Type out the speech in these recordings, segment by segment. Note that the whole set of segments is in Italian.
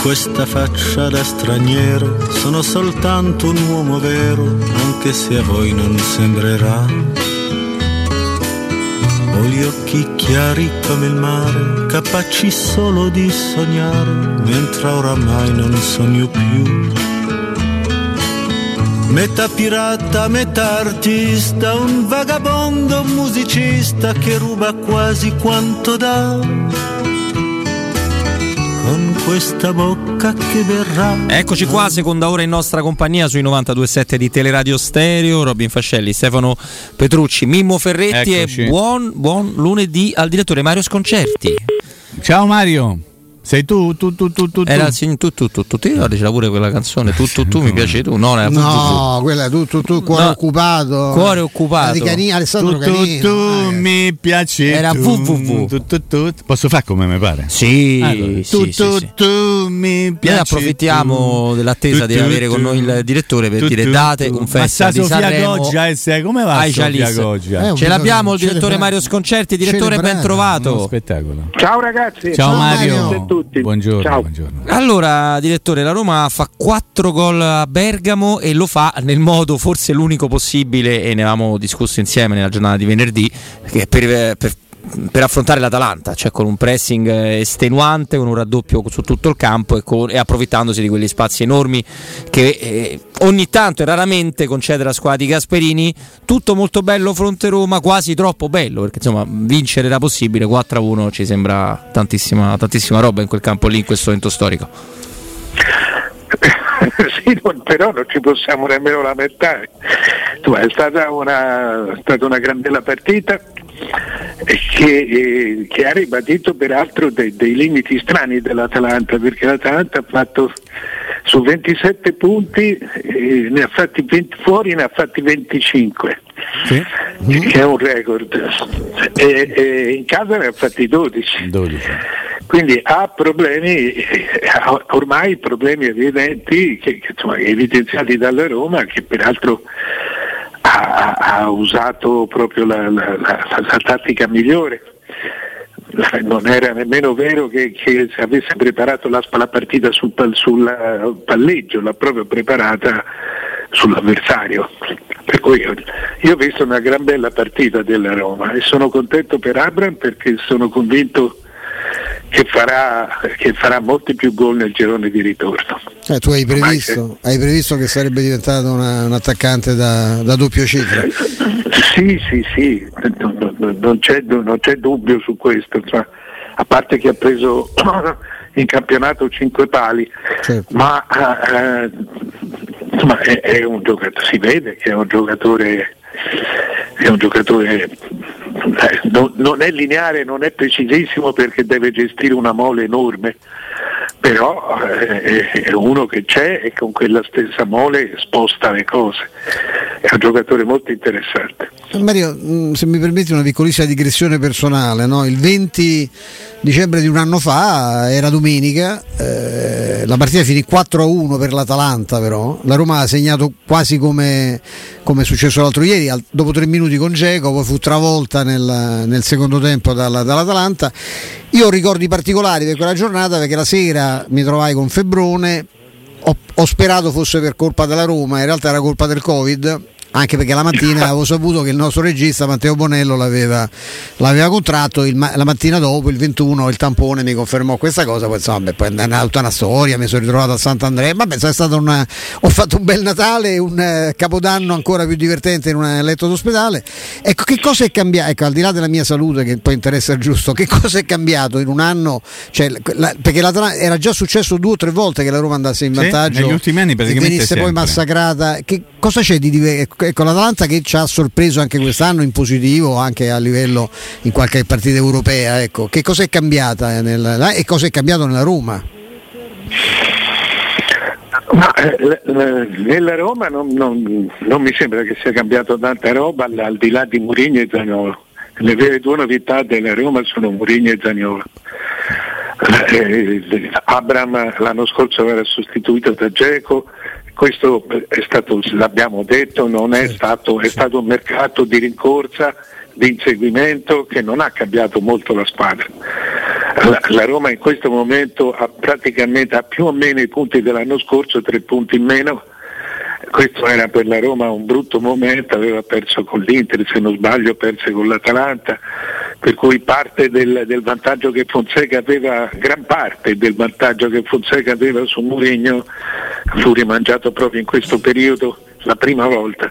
questa faccia da straniero sono soltanto un uomo vero, anche se a voi non sembrerà. Ho gli occhi chiari come il mare, capaci solo di sognare, mentre oramai non sogno più. Metà pirata, metà artista, un vagabondo musicista che ruba quasi quanto dà, con questa bocca che verrà. Eccoci qua, seconda ora in nostra compagnia sui 92.7 di Teleradio Stereo. Robin Fascelli, Stefano Petrucci, Mimmo Ferretti. Eccoci. E buon lunedì al direttore Mario Sconcerti. Ciao Mario. Sei tu. Era il tu. C'era pure quella canzone. Tu mi piace tu. No, quella tu cuore occupato. Cuore occupato. Alessandro Canini. Tu mi piace. Era www. Posso fare come mi pare? Sì. Allora, tu mi piace. Noi approfittiamo dell'attesa di avere con noi il direttore per dire date un festa di Sanremo. Goggia, come va Sofia Goggia? Ce l'abbiamo il direttore Mario Sconcerti. Direttore, ben trovato. Uno spettacolo. Ciao ragazzi. Ciao Mario. Buongiorno. Allora, direttore, la Roma fa 4 gol a Bergamo e lo fa nel modo forse l'unico possibile, e ne avevamo discusso insieme nella giornata di venerdì, che per affrontare l'Atalanta, cioè con un pressing estenuante, con un raddoppio su tutto il campo e approfittandosi di quegli spazi enormi che ogni tanto e raramente concede la squadra di Gasperini. Tutto molto bello fronte Roma, quasi troppo bello, perché insomma vincere era possibile. 4-1 ci sembra tantissima roba in quel campo lì, in questo momento storico. Sì, però non ci possiamo nemmeno lamentare. È stata una gran bella partita che ha ribadito peraltro dei limiti strani dell'Atalanta, perché l'Atalanta ha fatto su 27 punti, ne ha fatti 20 fuori, ne ha fatti 25, sì. Che è un record, e in casa ne ha fatti 12. Quindi ha problemi, ormai problemi evidenti che evidenziati dalla Roma, che peraltro ha usato proprio la tattica migliore. Non era nemmeno vero che avesse preparato la partita sul palleggio, l'ha proprio preparata sull'avversario. Per cui io ho visto una gran bella partita della Roma e sono contento per Abraham, perché sono convinto che farà molti più gol nel girone di ritorno. Tu hai previsto che sarebbe diventato un attaccante da doppio cifra? Sì, non c'è dubbio su questo, a parte che ha preso in campionato 5 pali, certo. Ma è un giocatore, si vede che è un giocatore non è lineare, non è precisissimo, perché deve gestire una mole enorme, però è uno che c'è e con quella stessa mole sposta le cose. È un giocatore molto interessante. Mario, se mi permetti una piccolissima digressione personale, no? Il 20 dicembre di un anno fa era domenica, la partita finì 4-1 per l'Atalanta, però la Roma ha segnato quasi come è successo l'altro ieri, dopo 3 minuti con Dzeko, poi fu travolta nel secondo tempo dall'Atalanta. Io ho ricordi particolari per quella giornata, perché la sera mi trovai con febbrone, ho sperato fosse per colpa della Roma, in realtà era colpa del Covid, anche perché la mattina avevo saputo che il nostro regista Matteo Bonello l'aveva contratto, la mattina dopo, il 21, il tampone mi confermò questa cosa. Poi insomma, poi è tutta una storia, mi sono ritrovato a Sant'Andrea, è stato ho fatto un bel Natale, un Capodanno ancora più divertente in un letto d'ospedale. Ecco, che cosa è cambiato? Ecco, al di là della mia salute, che poi interessa il giusto, che cosa è cambiato in un anno? Cioè, perché era già successo 2 o 3 volte che la Roma andasse in vantaggio, negli ultimi anni praticamente venisse sempre. Poi massacrata. Che cosa c'è di diverso? Ecco, l'Atalanta che ci ha sorpreso anche quest'anno in positivo, anche a livello in qualche partita europea, ecco, che cosa è cambiata e cosa è cambiato nella Roma? Ma nella Roma non mi sembra che sia cambiato tanta roba, al di là di Mourinho e Zaniolo. Le vere 2 novità della Roma sono Mourinho e Zaniolo. Abraham l'anno scorso era sostituito da Dzeko. Questo è stato, l'abbiamo detto, è stato un mercato di rincorsa, di inseguimento, che non ha cambiato molto la squadra. La Roma in questo momento ha più o meno i punti dell'anno scorso, 3 punti in meno. Questo era per la Roma un brutto momento, aveva perso con l'Inter, se non sbaglio perse con l'Atalanta, per cui parte del vantaggio che Fonseca aveva, gran parte del vantaggio che Fonseca aveva su Mourinho fu rimangiato proprio in questo periodo, la prima volta.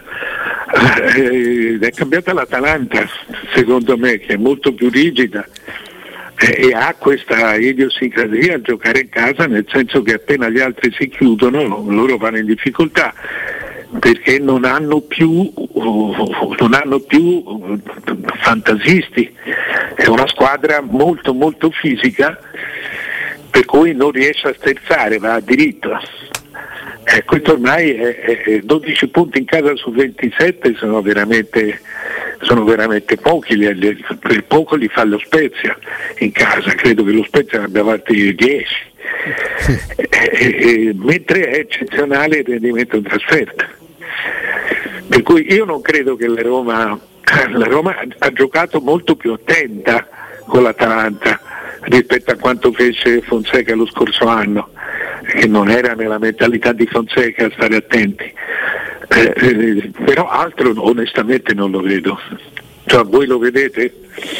È cambiata l'Atalanta, secondo me, che è molto più rigida e ha questa idiosincrasia a giocare in casa, nel senso che appena gli altri si chiudono loro vanno in difficoltà perché non hanno più fantasisti, è una squadra molto molto fisica, per cui non riesce a sterzare, va a diritto. Questo ormai è 12 punti in casa su 27 sono veramente pochi, per poco li fa lo Spezia in casa, credo che lo Spezia ne abbia fatti 10, mentre è eccezionale il rendimento in trasferta, per cui io non credo che la Roma ha giocato molto più attenta con l'Atalanta rispetto a quanto fece Fonseca lo scorso anno, che non era nella mentalità di Fonseca a stare attenti, però altro onestamente non lo vedo. Cioè, voi lo vedete?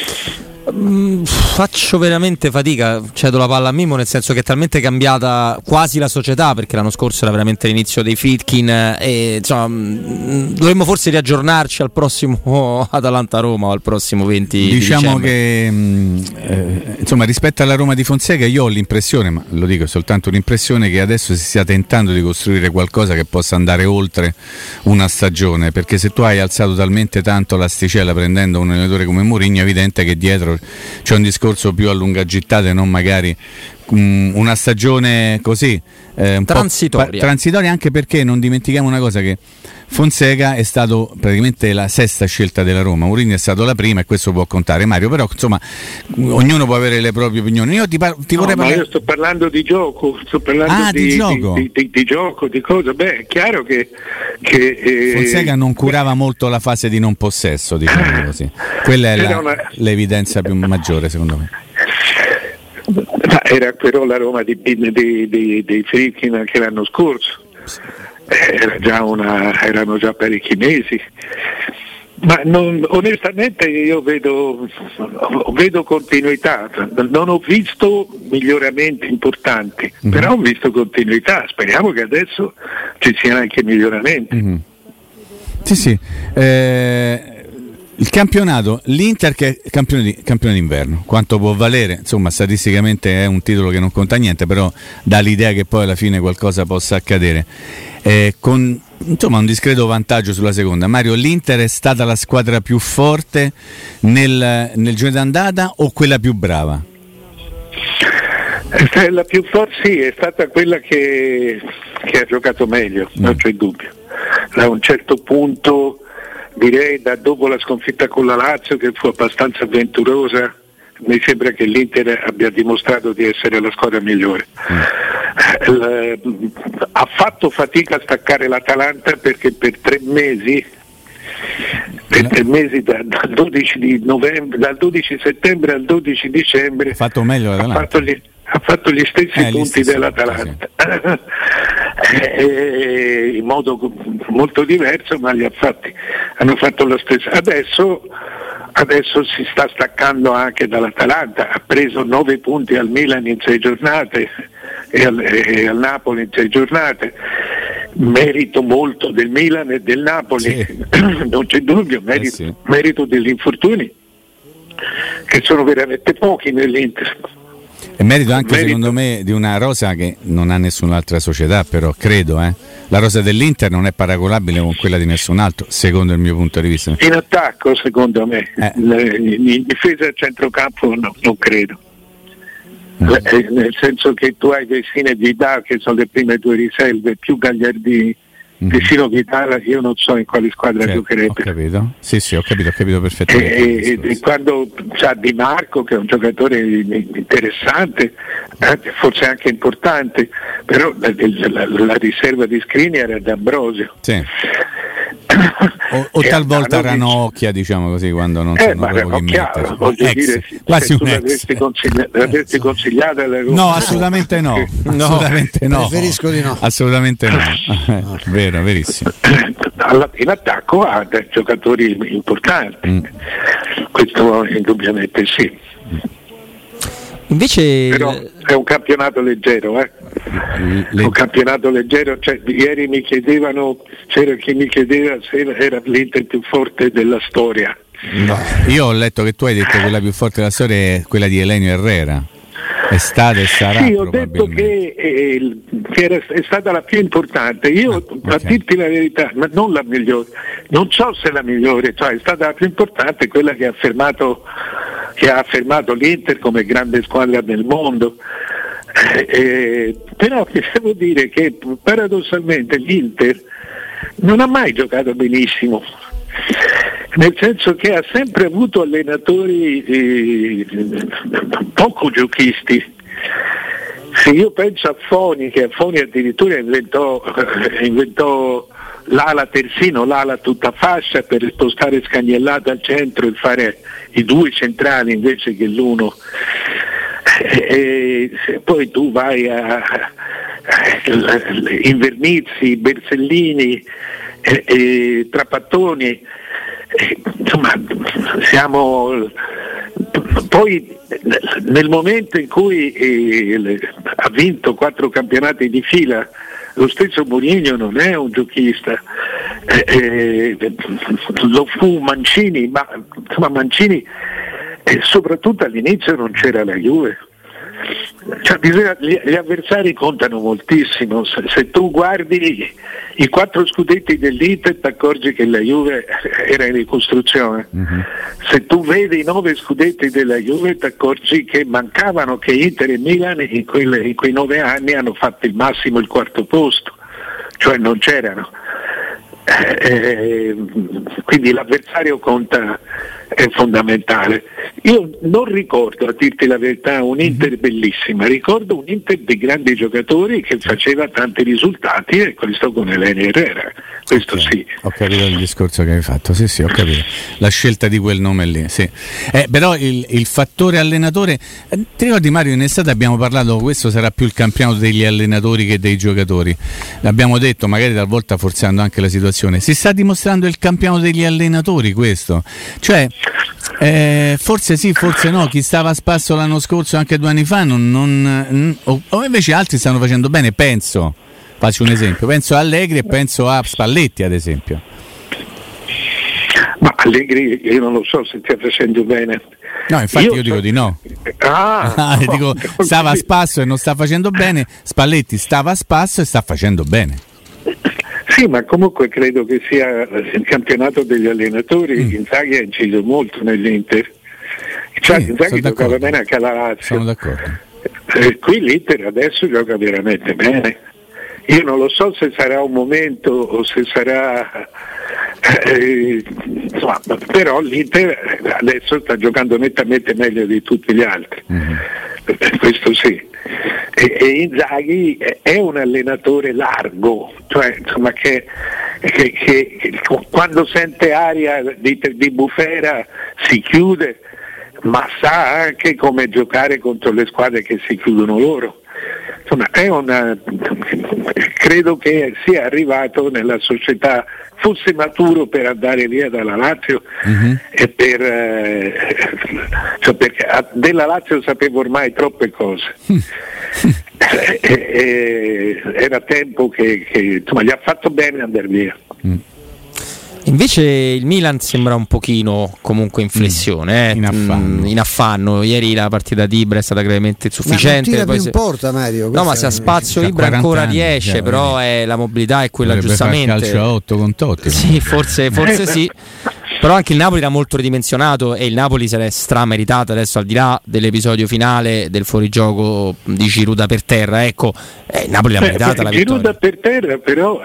Faccio veramente fatica, cedo la palla a Mimmo, nel senso che è talmente cambiata quasi la società, perché l'anno scorso era veramente l'inizio dei Friedkin e insomma, dovremmo forse riaggiornarci al prossimo Atalanta-Roma o al prossimo 20 diciamo dicembre. Che insomma, rispetto alla Roma di Fonseca io ho l'impressione, ma lo dico è soltanto un'impressione, che adesso si stia tentando di costruire qualcosa che possa andare oltre una stagione, perché se tu hai alzato talmente tanto l'asticella prendendo un allenatore come Mourinho, è evidente che dietro c'è un discorso più a lunga gittata e non magari una stagione così un transitoria, anche perché non dimentichiamo una cosa, che Fonseca è stato praticamente la sesta scelta della Roma, Mourinho è stato la prima e questo può contare, Mario, però insomma ognuno può avere le proprie opinioni. Io vorrei parlare... io sto parlando di gioco, di gioco, di cosa. Beh, è chiaro che Fonseca non curava molto la fase di non possesso, diciamo così. Quella è l'evidenza più maggiore, secondo me. Era però la Roma dei Friedkin anche l'anno scorso, erano già parecchi mesi, ma onestamente io vedo continuità, non ho visto miglioramenti importanti, però ho visto continuità, speriamo che adesso ci siano anche miglioramenti. Sì. Il campionato, l'Inter che è campione d'inverno, quanto può valere? Insomma, statisticamente è un titolo che non conta niente, però dà l'idea che poi alla fine qualcosa possa accadere. Con insomma un discreto vantaggio sulla seconda. Mario, l'Inter è stata la squadra più forte nel girone d'andata o quella più brava? La più forte sì, è stata quella che ha giocato meglio, non c'è dubbio. Da un certo punto, direi da dopo la sconfitta con la Lazio, che fu abbastanza avventurosa, mi sembra che l'Inter abbia dimostrato di essere la squadra migliore. Ha fatto fatica a staccare l'Atalanta perché per 3 mesi dal 12 di novembre, dal 12 settembre al 12 dicembre ha fatto meglio l'Atalanta. Ha fatto gli stessi punti dell'Atalanta, in modo molto diverso, ma hanno fatto lo stesso. Adesso si sta staccando anche dall'Atalanta, ha preso 9 punti al Milan in 6 giornate e al Napoli in 6 giornate. Merito molto del Milan e del Napoli, non c'è dubbio, merito degli infortuni che sono veramente pochi nell'Inter. E merito anche secondo me di una rosa che non ha nessun'altra società, però credo la rosa dell'Inter non è paragonabile con quella di nessun altro, secondo il mio punto di vista. In attacco secondo me, in difesa a centrocampo non credo. Nel senso che tu hai Vecino e Vidal che sono le prime 2 riserve, più Gagliardini. Vecino Vidal io non so in quale squadra giocherebbe. Ho capito, sì, ho capito perfettamente. E quando c'ha Di Marco, che è un giocatore interessante, forse anche importante, però la riserva di Skriniar era D'Ambrosio. o talvolta ranocchia, diciamo così, quando non sono proprio chi mettere. Voglio dire, quasi un l'avresti consigliata alla Roma? No, assolutamente no. Assolutamente no. Preferisco di no. Assolutamente no. Vero, verissimo. In attacco ha dei giocatori importanti. Questo indubbiamente sì. Invece però è un campionato leggero, un campionato leggero, cioè, ieri mi chiedevano, c'era chi mi chiedeva se era l'Inter più forte della storia. No. Io ho letto che tu hai detto che quella più forte della storia è quella di Elenio Herrera. È stata e sarà. Sì, ho detto che è stata la più importante. Io, a dirti la verità, ma non la migliore, non so se la migliore, cioè è stata la più importante, quella che ha affermato l'Inter come grande squadra del mondo. Però devo dire che paradossalmente l'Inter non ha mai giocato benissimo, nel senso che ha sempre avuto allenatori poco giochisti. Se io penso a Foni, che Foni addirittura inventò l'ala terzino, l'ala tutta fascia per spostare Scagnellata al centro e fare i due centrali invece che l'uno. E poi tu vai a Invernizzi, Bersellini, Trapattoni, insomma siamo poi nel momento in cui ha vinto 4 campionati di fila. Lo stesso Mourinho non è un giochista, lo fu Mancini, ma insomma Mancini soprattutto all'inizio non c'era la Juve. Cioè, gli avversari contano moltissimo. Se tu guardi i 4 scudetti dell'Inter ti accorgi che la Juve era in ricostruzione. Se tu vedi i 9 scudetti della Juve ti accorgi che mancavano, che Inter e Milan in quei 9 anni hanno fatto il massimo il 4º posto, cioè non c'erano. Quindi l'avversario conta, è fondamentale. Io non ricordo, a dirti la verità, un Inter bellissima, ricordo un Inter di grandi giocatori che faceva tanti risultati, e questo con Elenio Herrera, questo okay. Sì. Ho capito il discorso che hai fatto, sì, ho capito. La scelta di quel nome lì, sì. Però il fattore allenatore, ti ricordi Mario, in estate abbiamo parlato, questo sarà più il campionato degli allenatori che dei giocatori, l'abbiamo detto, magari talvolta forzando anche la situazione, si sta dimostrando il campionato degli allenatori questo, cioè forse sì, forse no, chi stava a spasso l'anno scorso, anche 2 anni fa, o invece altri stanno facendo bene, faccio un esempio, penso a Allegri e penso a Spalletti ad esempio. Ma Allegri io non lo so se stia facendo bene. No, infatti io dico di no. Dico, stava a spasso e non sta facendo bene, Spalletti stava a spasso e sta facendo bene. Sì, ma comunque credo che sia il campionato degli allenatori. Inzaghi ha inciso molto nell'Inter. Cioè, sì, Inzaghi giocava bene anche alla Lazio. Sono d'accordo. Qui l'Inter adesso gioca veramente bene. Io non lo so se sarà un momento o se sarà insomma, però l'Inter adesso sta giocando nettamente meglio di tutti gli altri. Questo sì. E Inzaghi è un allenatore largo, cioè insomma che quando sente aria di bufera si chiude, ma sa anche come giocare contro le squadre che si chiudono loro. Insomma, credo che sia arrivato nella società, fosse maturo per andare via dalla Lazio e perché della Lazio sapevo ormai troppe cose. Era tempo che insomma, gli ha fatto bene andare via. Invece il Milan sembra un pochino comunque in flessione, in affanno. Ieri la partita di Ibra è stata gravemente insufficiente. Ma non tira più in porta, Mario. No, ma se ha spazio Ibra ancora riesce, però la mobilità è quella giustamente. Fare calcio a 8 con Totti. Sì, forse sì. Però anche il Napoli era molto ridimensionato e il Napoli se l'è strameritato adesso, al di là dell'episodio finale del fuorigioco di Giroud per terra. Ecco, il Napoli l'ha meritata la vittoria. Giroud per terra però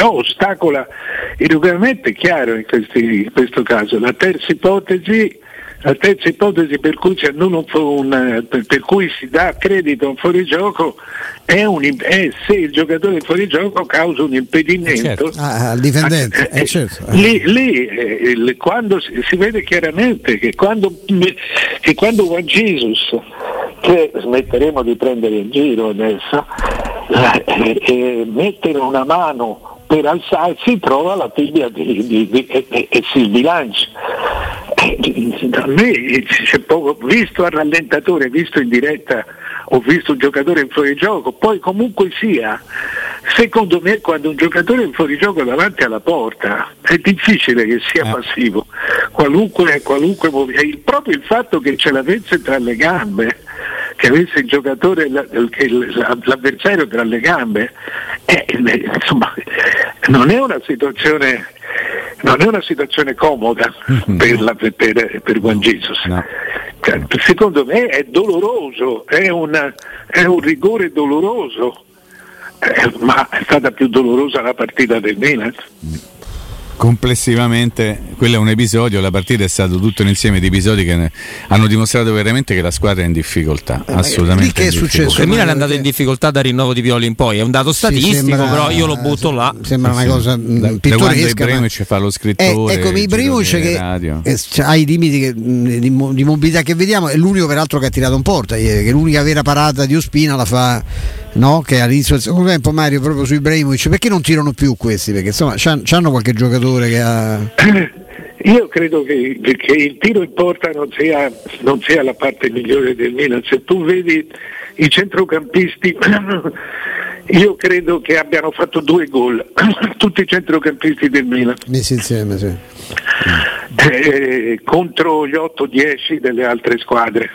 ostacola il regolamento, è chiaro in questo caso. La terza ipotesi La terza ipotesi per cui si annulla per cui si dà credito a un fuorigioco è se il giocatore fuorigioco causa un impedimento al difendente. Certo. Lì quando si vede chiaramente che quando Juan Jesus, che smetteremo di prendere in giro adesso, mettere una mano per alzarsi, trova la tibia e si sbilancia. A me c'è poco, visto al rallentatore, visto in diretta, ho visto un giocatore in fuorigioco. Poi comunque sia, secondo me quando un giocatore è in fuorigioco davanti alla porta è difficile che sia passivo, qualunque proprio il fatto che ce l'avesse tra le gambe, che avesse il giocatore l'avversario tra le gambe, insomma non è una situazione comoda per Juan Jesus. No. Secondo me è doloroso, è un rigore doloroso, ma è stata più dolorosa la partita del Milan. Complessivamente quello è un episodio, la partita è stato tutto un insieme di episodi che hanno dimostrato veramente che la squadra è in difficoltà, assolutamente. Che è successo? Il Milan è andato in difficoltà dal rinnovo di Pioli in poi, è un dato statistico, però io lo butto là. Sembra una cosa pittoresca. Da quando Ibrahimovic fa lo scrittore, ecco, Ibrahimovic che ha i limiti di mobilità che vediamo, è l'unico peraltro che ha tirato in porta ieri, che l'unica vera parata di Ospina la fa, no? Che all'inizio del secondo tempo, Mario, proprio su Ibrahimovic. Perché non tirano più questi? Perché insomma c'hanno qualche giocatore che ha... Io credo che il tiro in porta non sia la parte migliore del Milan. Se tu vedi i centrocampisti, io credo che abbiano fatto 2 gol tutti i centrocampisti del Milan messi insieme, sì. Contro gli 8-10 delle altre squadre.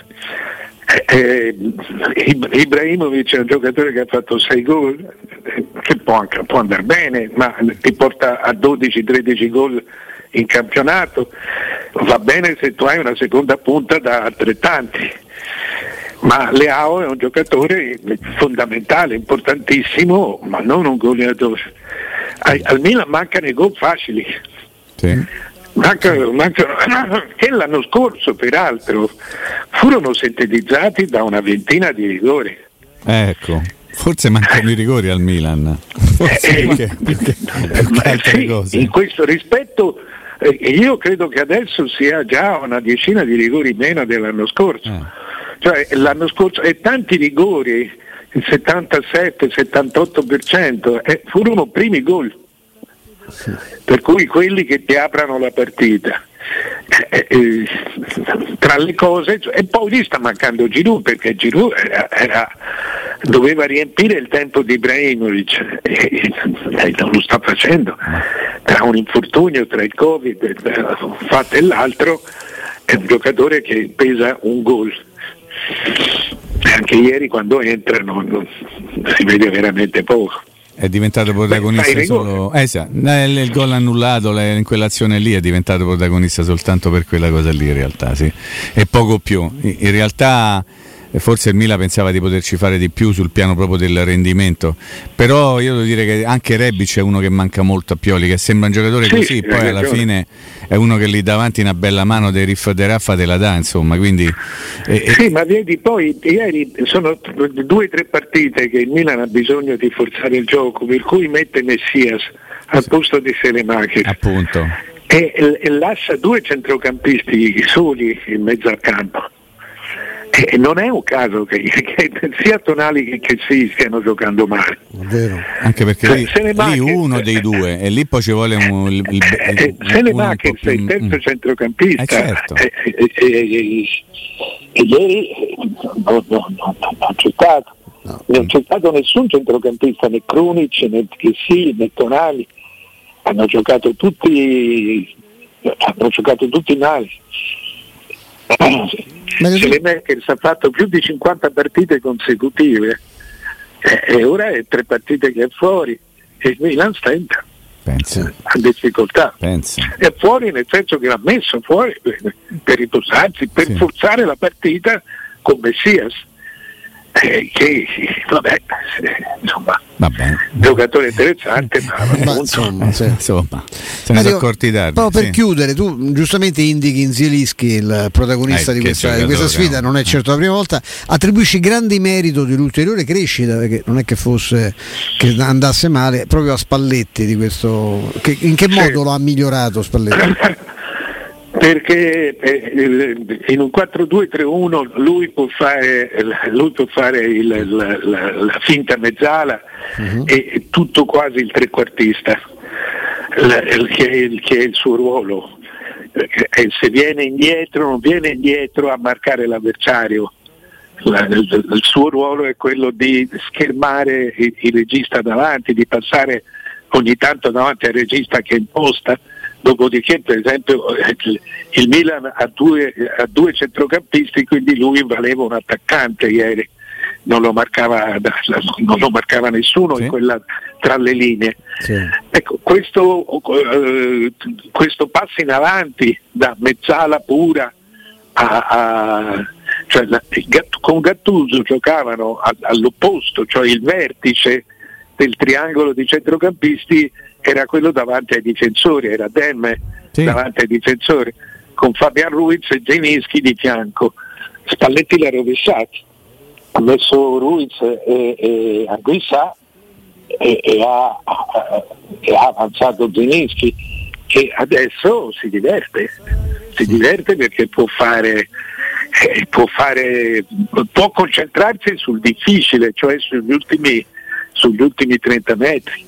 Ibrahimovic è un giocatore che ha fatto 6 gol, che può andare bene, ma ti porta a 12-13 gol in campionato. Va bene se tu hai una seconda punta da altrettanti, ma Leao è un giocatore fondamentale, importantissimo, ma non un goleatore. Al Milan mancano i gol facili. Sì. Mancano, che l'anno scorso peraltro furono sintetizzati da una ventina di rigori. Ecco, forse mancano i rigori al Milan, forse sì, cose. In questo rispetto io credo che adesso sia già una decina di rigori meno dell'anno scorso. Cioè l'anno scorso e tanti rigori, il 77-78%, furono primi gol. Per cui quelli che ti aprano la partita, tra le cose, e poi lì sta mancando Giroud, perché Giroud doveva riempire il tempo di Ibrahimovic e non lo sta facendo, tra un infortunio, tra il Covid, un fatto e l'altro. È un giocatore che pesa un gol, anche ieri quando entra si vede veramente poco. È diventato protagonista solo il gol annullato in quell'azione lì, è diventato protagonista soltanto per quella cosa lì, in realtà, sì, e poco più. In realtà forse il Milan pensava di poterci fare di più sul piano proprio del rendimento, però io devo dire che anche Rebic è uno che manca molto a Pioli, che sembra un giocatore così, poi alla fine è uno che lì davanti una bella mano dei Riff de Raffa te la dà, insomma, quindi sì, ma vedi, poi ieri sono 2 o 3 partite che il Milan ha bisogno di forzare il gioco, per cui mette Messias al posto di Selemacher, appunto, e lascia 2 centrocampisti soli in mezzo al campo. E non è un caso che sia Tonali che si stiano giocando male. Vero. Anche perché lì uno dei 2 e lì poi ci vuole Selemacher, il terzo centrocampista, certo. E ieri non c'è stato. Non c'è stato nessun centrocampista, né Krunic, né Chessy, né Tonali. Hanno giocato tutti male. Selemacher ha fatto più di 50 partite consecutive e ora è 3 partite che è fuori e il Milan stenta, ha difficoltà. È fuori nel senso che l'ha messo fuori per riposarsi, per forzare la partita con Messias, che vabbè, insomma, giocatore interessante, ma insomma, se ne sono accorti tardi. Proprio per chiudere, tu giustamente indichi Zielinski il protagonista di questa sfida, non è certo la prima volta, attribuisci grandi merito dell'ulteriore crescita, perché non è che fosse che andasse male, proprio a Spalletti di questo, in che modo lo ha migliorato Spalletti? Perché in un 4-2-3-1 lui può fare la finta mezzala e tutto quasi il trequartista, che è il suo ruolo. E se viene indietro, non viene indietro a marcare l'avversario. Il suo ruolo è quello di schermare il regista davanti, di passare ogni tanto davanti al regista che imposta. Dopodiché, per esempio, il Milan ha due centrocampisti, quindi lui valeva un attaccante ieri, non lo marcava nessuno in quella, tra le linee. Sì. Ecco, questo passo in avanti da mezzala pura cioè con Gattuso giocavano all'opposto, cioè il vertice del triangolo di centrocampisti era quello davanti ai difensori, era Demme davanti ai difensori, con Fabian Ruiz e Zielinski di fianco. Spalletti l'ha rovesciato, ha messo Ruiz e Anguissa e ha avanzato Zielinski, che adesso si diverte perché può concentrarsi sul difficile, cioè sugli ultimi 30 metri.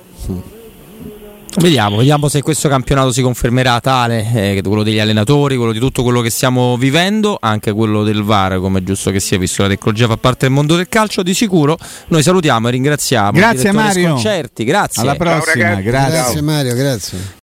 Vediamo se questo campionato si confermerà tale, quello degli allenatori, quello di tutto quello che stiamo vivendo, anche quello del VAR, come è giusto che sia, visto la tecnologia fa parte del mondo del calcio. Di sicuro noi salutiamo e ringraziamo. Grazie Mario. Sconcerti, grazie. Alla prossima. Grazie Mario, grazie.